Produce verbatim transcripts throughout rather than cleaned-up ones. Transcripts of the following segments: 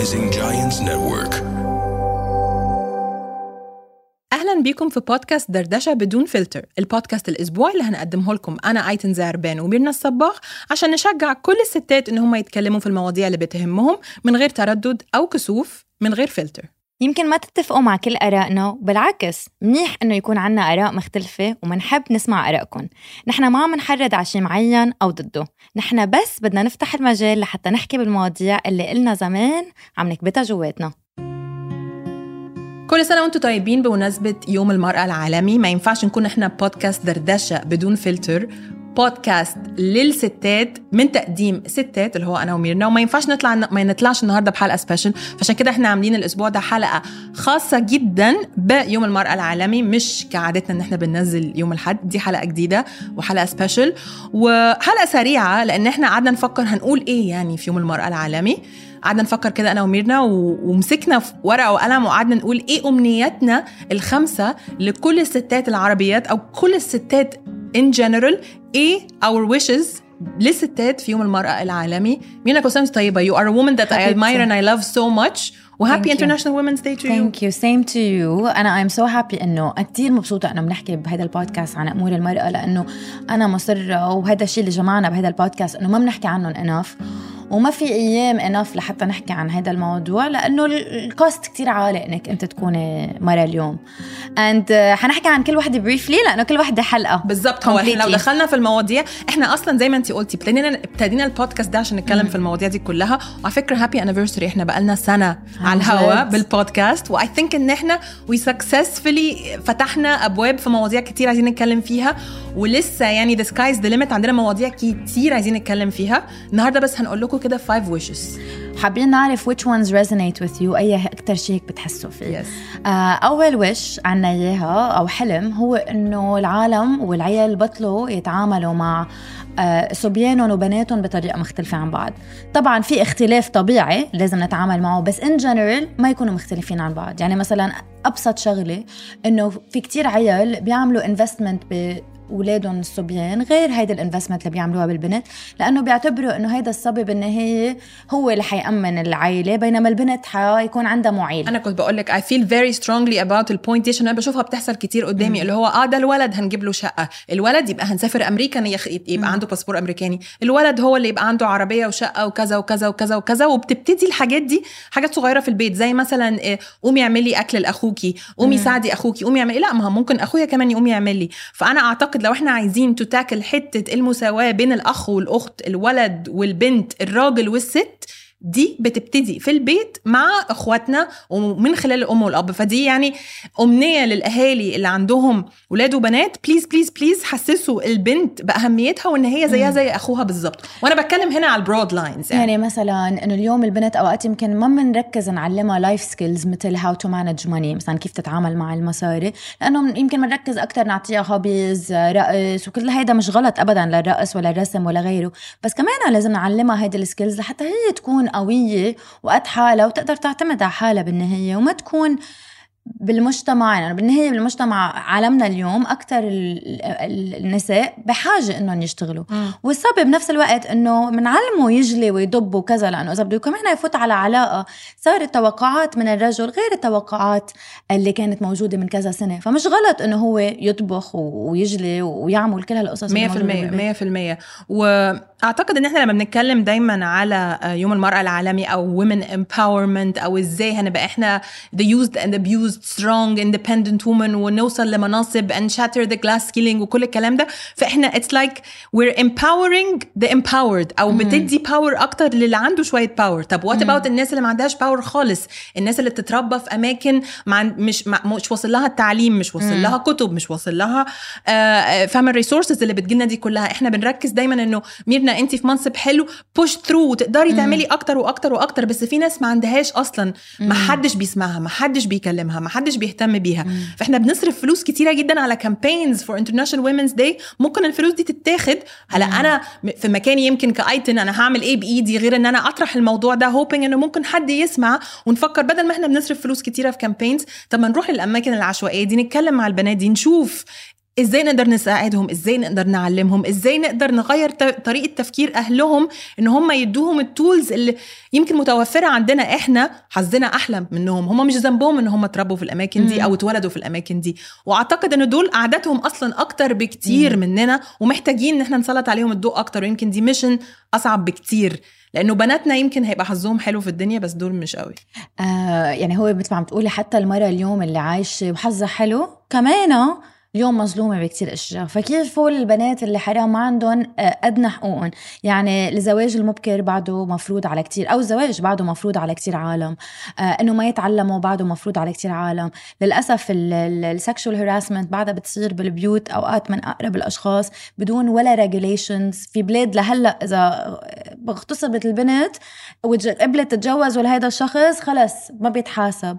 Rising Giants Network. أهلاً بيكم في بودكاست دردشة بدون فلتر، البودكاست الأسبوعي اللي هنقدمه لكم أنا أيتن زعربان وميرنا الصباغ عشان نشجع كل الستات إن هم يتكلموا في المواضيع اللي بتهمهم من غير تردد أو كسوف، من غير فلتر. يمكن ما تتفقوا مع كل آرائنا، بالعكس منيح إنه يكون عنا آراء مختلفة ومنحب نسمع آرائكم. نحن ما عم نحرض على شيء معين أو ضده، نحن بس بدنا نفتح المجال لحتى نحكي بالمواضيع اللي قلنا زمان عم نكبتها جواتنا. كل سنة وانتم طيبين بمناسبة يوم المرأة العالمي. ما ينفعش نكون احنا بودكاست دردشة بدون فلتر، بودكاست للستات من تقديم ستات اللي هو أنا وميرنا، وما ينفعش نطلع ما نطلعش النهاردة بحلقة سبيشل. فعشان كده احنا عاملين الأسبوع ده حلقة خاصة جدا بيوم المرأة العالمي، مش كعادتنا ان احنا بننزل يوم الحد. دي حلقة جديدة وحلقة سبيشل وحلقة سريعة، لأن احنا قعدنا نفكر هنقول ايه يعني في يوم المرأة العالمي. قعدنا نفكر كده أنا وميرنا ومسكنا في ورقة وقلم وقعدنا نقول إيه أمنياتنا الخمسة لكل الستات العربيات أو كل الستات in general. إيه our wishes للستات في يوم المرأة العالمي. ميرنا كل سنة طيبة. You are a woman that I admire and I love so much. وهابي International Women's Day to you. Thank you. Same to you. أنا I'm so happy إنه كتير مبسوطة إنه بنحكي بهذا البودكاست عن أمور المرأة، لأنه أنا مصرة وهذا الشيء اللي جمعنا بهذا البودكاست إنه ما بنحكي عنهم enough، وما في أيام enough لحتى نحكي عن هذا الموضوع، لأنه الكوست كتير عالي إنك أنت تكوني مرة اليوم. and حنحكي عن كل واحدة briefly لأنه كل واحدة حلقة بالضبط. هو لو دخلنا في المواضيع احنا أصلا زي ما أنتي قلتي ابتدينا ابتدينا البودكاست ده عشان نتكلم في المواضيع دي كلها. وعلى فكرة happy anniversary، احنا بقالنا سنة على الهواء بالبودكاست، و I think إن احنا we successfully فتحنا أبواب في مواضيع كتير عايزين نتكلم فيها، ولسه يعني the sky's the limit، عندنا مواضيع كتير عايزين نتكلم فيها النهاردة. بس هنقول لكم كده five wishes. حابين نعرف which ones resonate with you، أي أكتر شيء بتحسوا فيه. yes. آه أول wish عنا إياها أو حلم هو إنه العالم والعيال بطلوا يتعاملوا مع آه صبيانهم وبناتهم بطريقة مختلفة عن بعض. طبعا في اختلاف طبيعي لازم نتعامل معه، بس in general ما يكونوا مختلفين عن بعض. يعني مثلا أبسط شغلة إنه في كتير عيال بيعملوا investment ب أولادهم الصبيان غير هيدا الانفستمنت اللي بيعملوها بالبنت، لأنه بيعتبروا إنه هيدا الصبي بالنهاية هو اللي حيأمن العائلة، بينما البنت حيكون عندها معيل. أنا كنت بقولك I feel very strongly about the point دي، أنا بشوفها بتحصل كتير قدامي. م. اللي هو آه ده الولد هنجيب له شقة، الولد يبقى هنسافر أمريكا يبقى م. عنده باسبور أمريكاني، الولد هو اللي يبقى عنده عربية وشقة وكذا وكذا وكذا وكذا. وبتبتدي الحاجات دي حاجات صغيرة في البيت، زي مثلا قومي اعملي أكل لأخوكي، قومي ساعدي أخوكي، قومي اعملي. لا، ما ممكن أخويا كمان يقوم يعمل لي. فأنا أعتقد لو إحنا عايزين تتاكل حتة المساواة بين الأخ والأخت، الولد والبنت، الراجل والست، دي بتبتدي في البيت مع أخواتنا ومن خلال الأم والأب. فدي يعني أمنية للأهالي اللي عندهم ولاد وبنات، بليز بليز بليز حسسوا البنت بأهميتها وإن هي زيها زي أخوها بالضبط. وأنا بتكلم هنا على البرود لاينز. يعني. يعني مثلا إنه اليوم البنت أوقات يمكن ما بنركز نعلمها لايف سكيلز مثل how to manage money، مثلا كيف تتعامل مع المصاري، لأنه يمكن بنركز أكتر نعطيها هوبيز، رقص، وكل هيدا مش غلط أبدا للرقص ولا الرسم ولا غيره، بس كمان لازم نعلمها هيدا السكيلز لحتى هي تكون قوية وقت حالها وتقدر تعتمد على حالها بالنهاية، وما تكون بالمجتمع. يعني بالنهاية بالمجتمع عالمنا اليوم أكتر النساء بحاجة إنهم يشتغلوا، والصبي بنفس الوقت إنه منعلمه يجلي ويضب وكذا، لأنه إذا بده كمان يفوت على علاقة صارت توقعات من الرجل غير التوقعات اللي كانت موجودة من كذا سنة. فمش غلط إنه هو يطبخ ويجلي ويعمل كل هالقصص مية في المية مية في المية. وأعتقد إن إحنا لما بنتكلم دايما على يوم المرأة العالمي أو women empowerment أو إزاي هنبقى إحنا the used and abused strong independent woman ونوصل لمناصب and shatter the glass ceiling وكل الكلام ده، فإحنا it's like we're empowering the empowered أو مم. بتدي power أكتر للي عنده شوية power. طب what about الناس اللي ما عندهاش power خالص، الناس اللي بتتربى في أماكن مع مش مش وصل لها التعليم، مش وصل لها كتب، مش وصل لها uh, فهم الريسورسز اللي بتجينا دي كلها. إحنا بنركز دايما إنه ميرنا أنتي في منصب حلو push through وتقدري مم. تعملي أكتر وأكتر وأكتر، بس في ناس ما عندهاش أصلا، ما حدش بيسمعها، ما حدش بيكلمها، ما حدش بيهتم بيها. مم. فاحنا بنصرف فلوس كتيرة جدا على campaigns for International Women's Day. ممكن الفلوس دي تتاخد هلا انا في مكاني يمكن كايتن انا هعمل ايه بايدي غير ان انا اطرح الموضوع ده hoping انه ممكن حد يسمع ونفكر بدل ما احنا بنصرف فلوس كتيرة في campaigns، طب ما نروح للاماكن العشوائية دي، نتكلم مع البنات دي، نشوف ازاي نقدر نساعدهم، ازاي نقدر نعلمهم، ازاي نقدر نغير طريقة تفكير اهلهم ان هم يدوهم التولز اللي يمكن متوفرة عندنا، احنا حظنا احلى منهم. هم مش ذنبهم ان هم اتربوا في الاماكن دي او اتولدوا في الاماكن دي، واعتقد ان دول قعدتهم اصلا اكتر بكتير مم. مننا، ومحتاجين ان احنا نسلط عليهم الضوء اكتر، ويمكن دي ميشن اصعب بكتير، لانه بناتنا يمكن هيبقى حظهم حلو في الدنيا بس دول مش قوي. آه يعني هو مثل ما عم تقولي حتى المرأة اليوم اللي عايشة وحظها حلو كمان اليوم مظلومة بكتير أشياء. فكيف فول البنات اللي حرام ما عندهم أدنى حقوقهم؟ يعني الزواج المبكر بعده مفروض على كتير، أو الزواج بعده مفروض على كتير عالم، آه إنه ما يتعلموا بعده مفروض على كتير عالم. للأسف السكشوال هراسمنت بعدها بتصير بالبيوت أوقات من أقرب الأشخاص بدون ولا ريجوليشنز. في بلاد لهلأ إذا اغتصبت البنت وقبلت تتجوز ولا هيدا الشخص خلص ما بيتحاسب.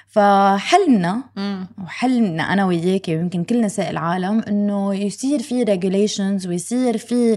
فحلمنا وحلمنا أنا وياكي ويمكن كل نساء العالم إنه يصير في regulations ويصير في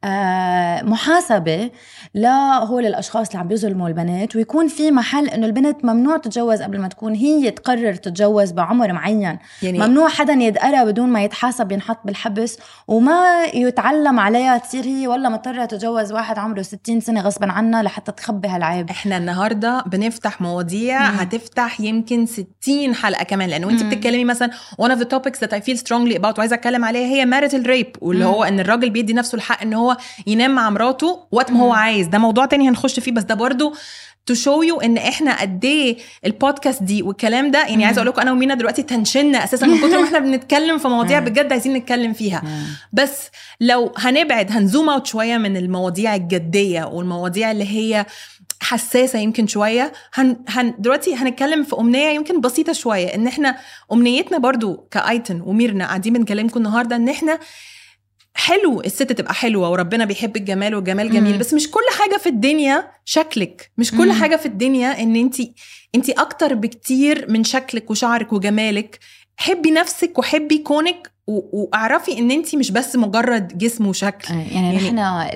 آه محاسبة لهول الأشخاص اللي عم بيظلموا البنات، ويكون في محل إنه البنت ممنوع تتجوز قبل ما تكون هي تقرر تتجوز بعمر معين. يعني ممنوع حدا يدقرها بدون ما يتحاسب ينحط بالحبس، وما يتعلم عليها تصير هي والله مضطرة تتجوز واحد عمره ستين سنة غصبا عنها لحتى تخبي هالعيب. إحنا النهاردة بنفتح مواضيع مم. هتفتح يمكن ستين حلقة كمان، لأنه أنت بتتكلمي مثلا one of the topics that I feel strongly about وعايزة أتكلم عليها هي marital rape، واللي مم. هو أن الراجل بيدي نفسه الحق أن هو ينام مع مراته وقت ما هو عايز. ده موضوع تاني هنخش فيه، بس ده برضو to show you ان احنا قديه البودكاست دي والكلام ده. يعني عايزه اقول لكم انا ومينا دلوقتي تنشننا اساسا من كتر ما احنا بنتكلم في مواضيع بجد عايزين نتكلم فيها. بس لو هنبعد هنزوم اوت شويه من المواضيع الجديه والمواضيع اللي هي حساسه يمكن شويه، هن, هن دلوقتي هنتكلم في امنيه يمكن بسيطه شويه. ان احنا امنيتنا برضو كايتن وميرنا قاعدين بنكلمكم النهارده ان احنا حلو الست تبقى حلوة وربنا بيحب الجمال والجمال جميل، مم. بس مش كل حاجة في الدنيا شكلك، مش كل مم. حاجة في الدنيا ان انتي انتي اكتر بكتير من شكلك وشعرك وجمالك. حبي نفسك وحبي كونك واعرفي ان انتي مش بس مجرد جسم وشكل. يعني نحنا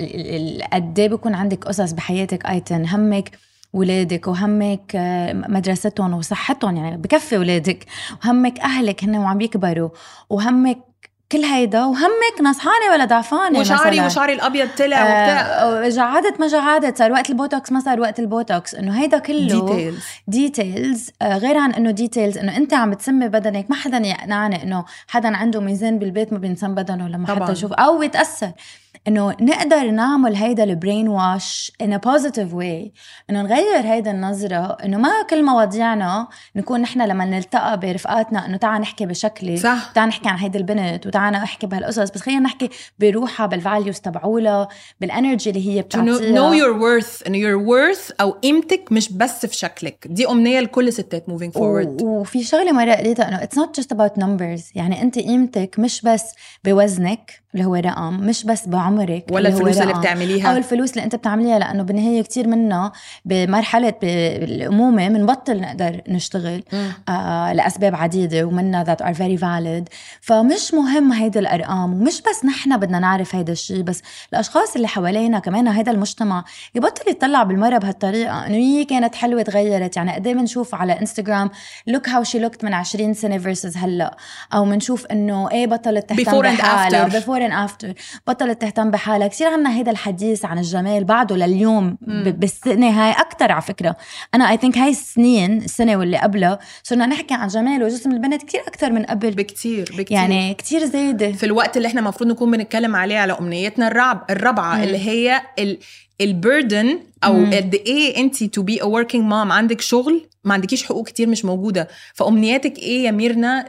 قد ايه بيكون عندك قصص بحياتك ايتن، همك ولادك وهمك مدرستهم وصحتهم، يعني بكفي ولادك، وهمك اهلك هن وعم يكبروا، وهمك كل هيدا، وهمك نصحانة ولا ضعفانة، وشعري وشعري الأبيض طلع آه وبتاع جعادت ما جعادت، صار وقت البوتوكس ما صار وقت البوتوكس. إنه هيدا كله ديتيلز ديتيلز آه غير عن إنه ديتيلز إنه أنت عم بتسمي بدنك. ما حدا يقنعني إنه حدا عنده ميزان بالبيت ما بينسم بدنه لما طبعاً. حتى يشوف أو يتأثر. إنه نقدر نعمل هيدا البرين واش in a positive way، إنه نغير هيدا النظرة، إنه ما كل مواضيعنا نكون نحنا لما نلتقى برفقاتنا إنه تعال نحكي بشكلي، تعال نحكي عن هيدا البنت، وتعال نحكي بهالقصص، بس خلينا نحكي بروحها، بالفاليوز تبعولها، بالانرجي اللي هي بتعطيها. know your worth، إنه your worth أو قيمتك مش بس في شكلك. دي أمنية لكل ستات moving forward. وفي شغلة مرة قريتها إنه it's not just about numbers، يعني أنت قيمتك مش بس بوزنك اللي هو رقم، مش بس بعمرك ولا الفلوس اللي بتعمليها أو الفلوس اللي أنت بتعمليها، لأنه بالنهاية كتير منا بمرحلة بالأمومة منبطل نقدر نشتغل آه لأسباب عديدة ومنا that are very valid. فمش مهم هيدا الأرقام، ومش بس نحنا بدنا نعرف هيدا الشيء، بس الأشخاص اللي حوالينا كمان، هيدا المجتمع يبطل يطلع بالمرة بهالطريقة إنه هي كانت حلوة تغيرت. يعني قدام نشوف على إنستغرام look how she looked من عشرين سنة versus هلأ، أو منشوف إنه إيه بطلت تهتم بحالها before and after، بطلت تهتم بحالها. كثير عنا هيدا الحديث عن الجمال بعده لليوم بالسنة هاي أكتر على فكرة. أنا I think هاي السنين السنة واللي قبلها صرنا نحكي عن جمال وجسم البنت كثير أكتر من قبل بكتير بكتير، يعني كثير زايدة في الوقت اللي احنا مفروض نكون بنتكلم عليه على أمنيتنا الرعب الرابعة مم. اللي هي ال البردن أو قد إيه أنتي to be a working mom، عندك شغل، ما عندكيش حقوق كتير مش موجودة. فأمنياتك إيه يا ميرنا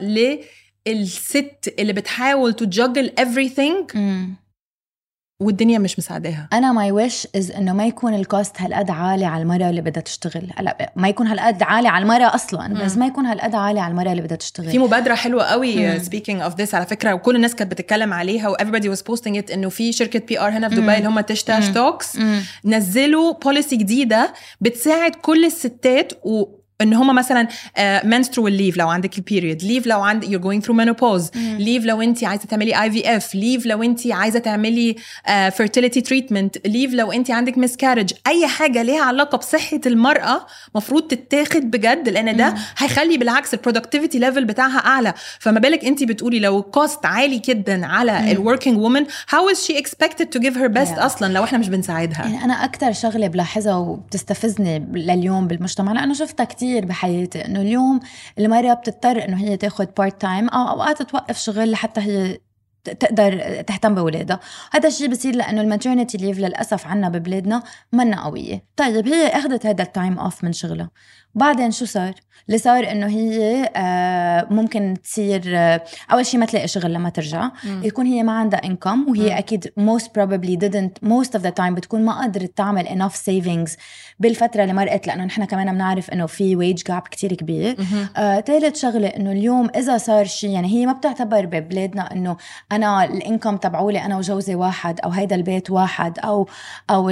للست اللي بتحاول تججل everything مم. والدنيا مش مساعداها؟ أنا my wish is إنه ما يكون الكوست هالقد عالي على المرأة اللي بدها تشتغل. لا ما يكون هالقد عالي على المرأة أصلاً، مم. بس ما يكون هالقد عالي على المرأة اللي بدها تشتغل. في مبادرة حلوة قوي مم. speaking of this على فكرة، وكل الناس كانت بتتكلم عليها و everybody was posting it، إنه في شركة بي آر هنا في دبي اللي هم تشتاش توكس نزلوا policy جديدة بتساعد كل الستات و ان هما مثلا uh, menstrual leave لو عندك period leave لو عند you're going through menopause mm. leave لو انت عايزه تعملي آي في إف leave لو انت عايزه تعملي uh, fertility treatment leave لو انت عندك miscarriage اي حاجه ليها علاقه بصحه المراه مفروض تتاخد بجد لان ده mm. هيخلي بالعكس البرودكتيفيتي ليفل بتاعها اعلى. فما بالك انت بتقولي لو الكوست عالي جدا على mm. الworking woman how is she expected to give her best yeah. اصلا لو احنا مش بنساعدها. يعني انا اكتر شغله بلاحظها وبتستفزني لليوم بالمجتمع لانه شفتها كتير بحياتي انه اليوم المرأة بتضطر انه هي تاخد بارت تايم او اوقات توقف شغل لحتى هي تقدر تهتم بأولادها. هذا الشيء بصير لأنه الماترنتي ليف للأسف عنا ببلادنا منا قوية. طيب هي أخذت هذا التايم أوف من شغلها بعدين شو صار؟ اللي صار إنه هي آه ممكن تصير آه أول شيء ما تلاقي شغل لما ترجع م. يكون هي ما عندها income وهي م. أكيد most probably didn't most of the time بتكون ما قدرت تعمل enough savings بالفترة اللي مرقت لأنه نحن كمان بنعرف إنه في wage gap كتير كبير. آه ثالث شغلة إنه اليوم إذا صار شيء يعني هي ما بتعتبر ببلادنا إنه أنا الإنكم تبعولي أنا وجوزي واحد أو هيدا البيت واحد أو أو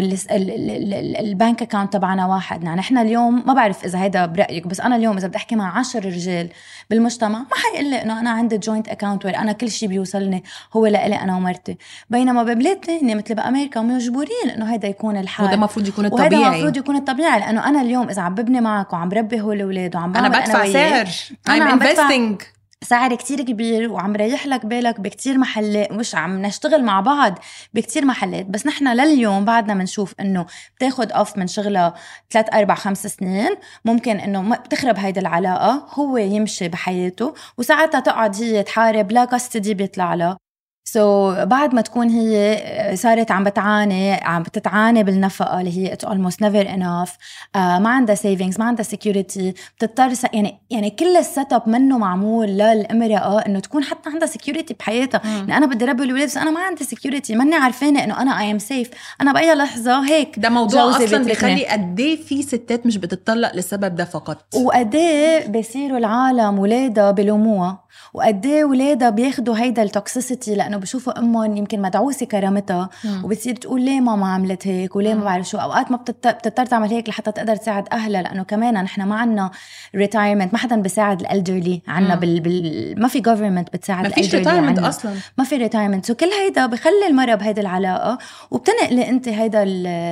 البنك أكاونت تبعنا واحد. يعني نحن اليوم ما بعرف إذا هيدا برأيك بس أنا اليوم إذا بدي أحكي مع عشر رجال بالمجتمع ما حيقول لي إنه أنا عندي جوينت أكاونت ولا أنا كل شيء بيوصلني هو لإلي أنا ومرتي. بينما ببلاد تانية مثل بأمريكا مجبورين إنه هيدا يكون الحال وده مفروض يكون الطبيعي وهذا مفروض يكون الطبيعي لأنه أنا اليوم إذا عم ببني معك وعم بربي هو الأولاد وعم أنا بدفع سعر I'm investing سعر كتير كبير وعم ريح لك بالك بكتير محلات مش عم نشتغل مع بعض بكتير محلات. بس نحن لليوم بعدنا منشوف انه بتاخد اوف من شغلة ثلاث أربع خمس سنين ممكن انه بتخرب هيدا العلاقة هو يمشي بحياته وساعتها تقعد هي تحارب لا كاستدي بيطلع لها. سو so, بعد ما تكون هي صارت عم بتعاني عم بتتعاني بالنفقة اللي هي it's almost never enough uh, ما عندها savings ما عندها security بتضطر يعني يعني كل السيت اب منه معمول للامرأة انه تكون حتى عندها security بحياتها. يعني انا بدي ربي الولاد بس انا ما عندي security ماني عارفانه انه انا I am safe انا بأي لحظة هيك. ده موضوع اصلا بيخلي قد ايه في ستات مش بتطلق للسبب ده فقط وقد ايه بيصيروا العالم ولادها بلوموها وقد ايه ولادها بياخدوا هيدا التوكسيسيتي لانه بشوفوا امهم يمكن مدعوسه كرامتها وبتصير تقول ليه ماما عملت هيك وليه ما بعرف شو. اوقات ما بتضطر تعمل هيك لحتى تقدر تساعد اهلها لانه كمان نحن ما عنا ريتايرمنت ما حدا بيساعد الالدرلي عنا بال... بال... ما في جوفرمنت بتساعد الالدرلي ما فيش ريتايرمنت اصلا ما في ريتايرمنت. سو كل هيدا بخلي المرأة بهيدا العلاقه وبتنقلي انت هيدا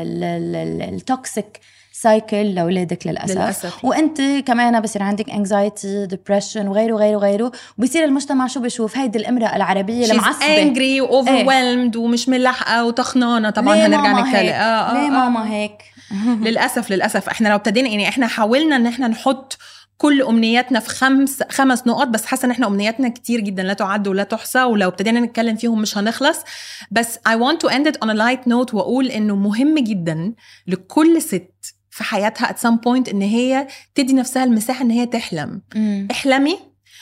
التوكسيك سايكل لأولادك للأسف. للأسف وانت كمان بصير عندك anxiety depression وغيره وغيره وغيره وبصير المجتمع شو بشوف هيدي الامرأة العربية المعصبة angry و overwhelmed ايه؟ ومش ملحقة وتخنانة. طبعا هنرجع نتكلم آه آه ليه ماما هيك للأسف للأسف احنا لو ابتدينا يعني احنا حاولنا ان احنا نحط كل أمنياتنا في خمس خمس نقط بس حاسة ان احنا أمنياتنا كتير جدا لا تعد ولا تحصى ولو ابتدينا نتكلم فيهم مش هنخلص. بس I want to end it on a light note وأقول انه مهم جدا لكل ست في حياتها at some point ان هي تدي نفسها المساحة ان هي تحلم. مم. احلمي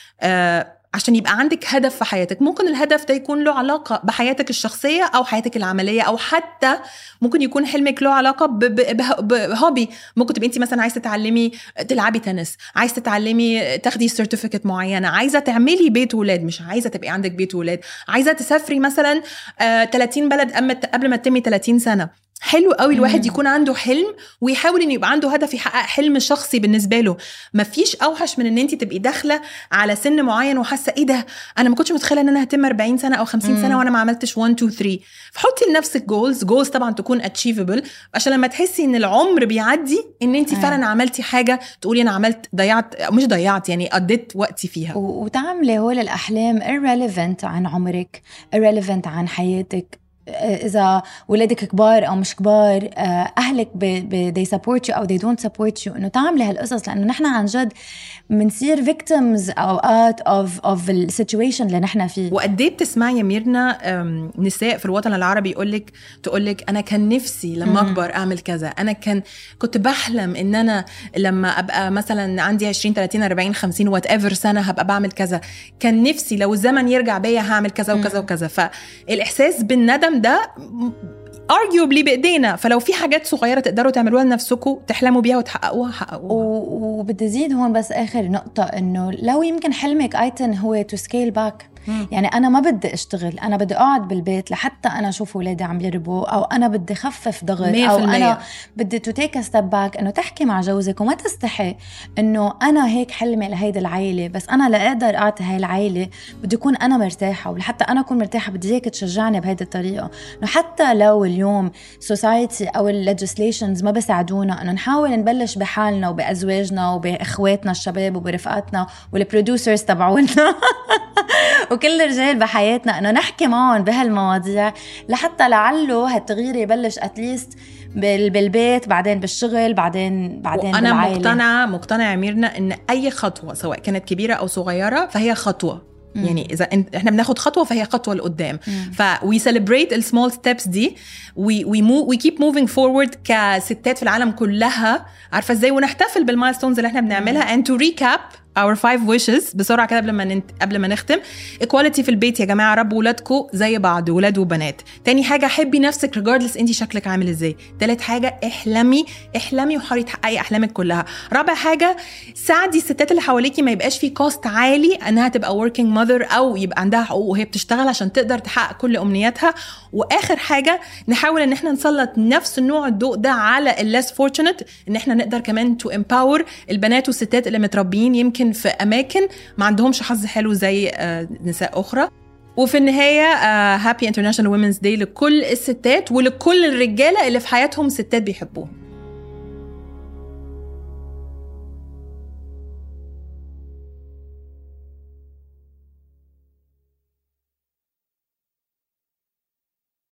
آه عشان يبقى عندك هدف في حياتك. ممكن الهدف ده يكون له علاقة بحياتك الشخصية أو حياتك العملية أو حتى ممكن يكون حلمك له علاقة بهوبي. ممكن تبقى أنت مثلا عايزة تتعلمي تلعبي تنس عايزة تتعلمي تاخدي سيرتيفيكت معينة عايزة تعملي بيت ولاد مش عايزة تبقي عندك بيت ولاد عايزة تسافري مثلا آه ثلاثين بلد قبل ما تتمي ثلاثين سنة. حلو قوي الواحد يكون عنده حلم ويحاول ان يبقى عنده هدف يحقق حلم شخصي بالنسبه له. مفيش اوحش من ان انت تبقي داخله على سن معين وحاسه ايه ده انا ما كنتش متخيله ان انا هتم أربعين سنه او خمسين مم. سنه وانا ما عملتش واحد اتنين تلاتة. فحطي لنفسك جولز جولز طبعا تكون اتشيفبل عشان لما تحسي ان العمر بيعدي ان انت فعلا عملتي حاجه تقولي انا عملت ضيعت مش ضيعت يعني قضيت وقتي فيها. وتعملي هول الاحلام irrelevant عن عمرك irrelevant عن حياتك. إذا ولادك كبار أو مش كبار أهلك ب they support you أو they don't support you إنه تعملي هالقصص لأنه نحن عن جد منصير victims أوقات of of the situation اللي نحن فيه. وقديه بتسمعي يا ميرنا نساء في الوطن العربي يقولك تقولك أنا كان نفسي لما أكبر أعمل كذا أنا كان كنت بحلم إن أنا لما أبقى مثلا عندي عشرين ثلاثين أربعين خمسين whatever سنة هبقى بعمل كذا كان نفسي لو الزمن يرجع بيا هعمل كذا وكذا وكذا. فالإحساس بالندم ده arguably بإيدينا. فلو في حاجات صغيرة تقدروا تعملوها لنفسكم تحلموا بيها وتحققوها حققوها. وبدي زيد هون بس آخر نقطة إنه لو يمكن حلمك أيتن هو to scale back مم. يعني أنا ما بدي أشتغل، أنا بدي أقعد بالبيت لحتى أنا أشوف ولادي عم يربوا، أو أنا بدي خفف ضغط، أو أنا بدي to take a step back إنه تحكي مع جوزك وما تستحي إنه أنا هيك حلمي لهيدا العائلة، بس أنا لا أقدر أعطي هاي العائلة بدي أكون أنا مرتاحة، ولحتى أنا أكون مرتاحة بدي إياك تشجعني بهيدا الطريقة. إنه حتى لو اليوم society أو ال legislations ما بيساعدونا إنه نحاول نبلش بحالنا وبأزواجنا وبإخواتنا الشباب وبرفقاتنا والبرودوسرز تبعولنا وكل الرجال بحياتنا إنه نحكي معهم بهالمواضيع، لحتى لعله هالتغيير يبلش أتليست بالبيت، بعدين بالشغل، بعدين بعدين أنا بالعائلة. مقتنعة مقتنعة ميرنا إن أي خطوة سواء كانت كبيرة أو صغيرة فهي خطوة. مم. يعني إذا إحنا بناخد خطوة فهي خطوة لقدام. ف we celebrate the small steps دي، we we move we keep moving forward كستات في العالم كلها، عارفة إزاي، ونحتفل بالمايلستونز اللي إحنا بنعملها. and to recap our five wishes بسرعة كده قبل ما ننت... قبل ما نختم. equality في البيت يا جماعة، ربوا ولادكم زي بعض، ولاد وبنات. تاني حاجة، حبي نفسك regardless انتي شكلك عامل ازاي. تالت حاجة، احلمي احلمي وحاولي تحققي احلامك كلها. رابع حاجة، ساعدي الستات اللي حواليكي ما يبقاش في كوست عالي انها تبقى working mother او يبقى عندها حقوق وهي بتشتغل عشان تقدر تحقق كل امنياتها. واخر حاجة، نحاول ان احنا نسلط نفس النوع الضوء ده على ال less fortunate، ان احنا نقدر كمان to empower البنات والستات اللي متربيين يمكن في أماكن ما عندهمش حظ حلو زي نساء أخرى. وفي النهاية Happy International Women's Day لكل الستات ولكل الرجالة اللي في حياتهم ستات بيحبوهم.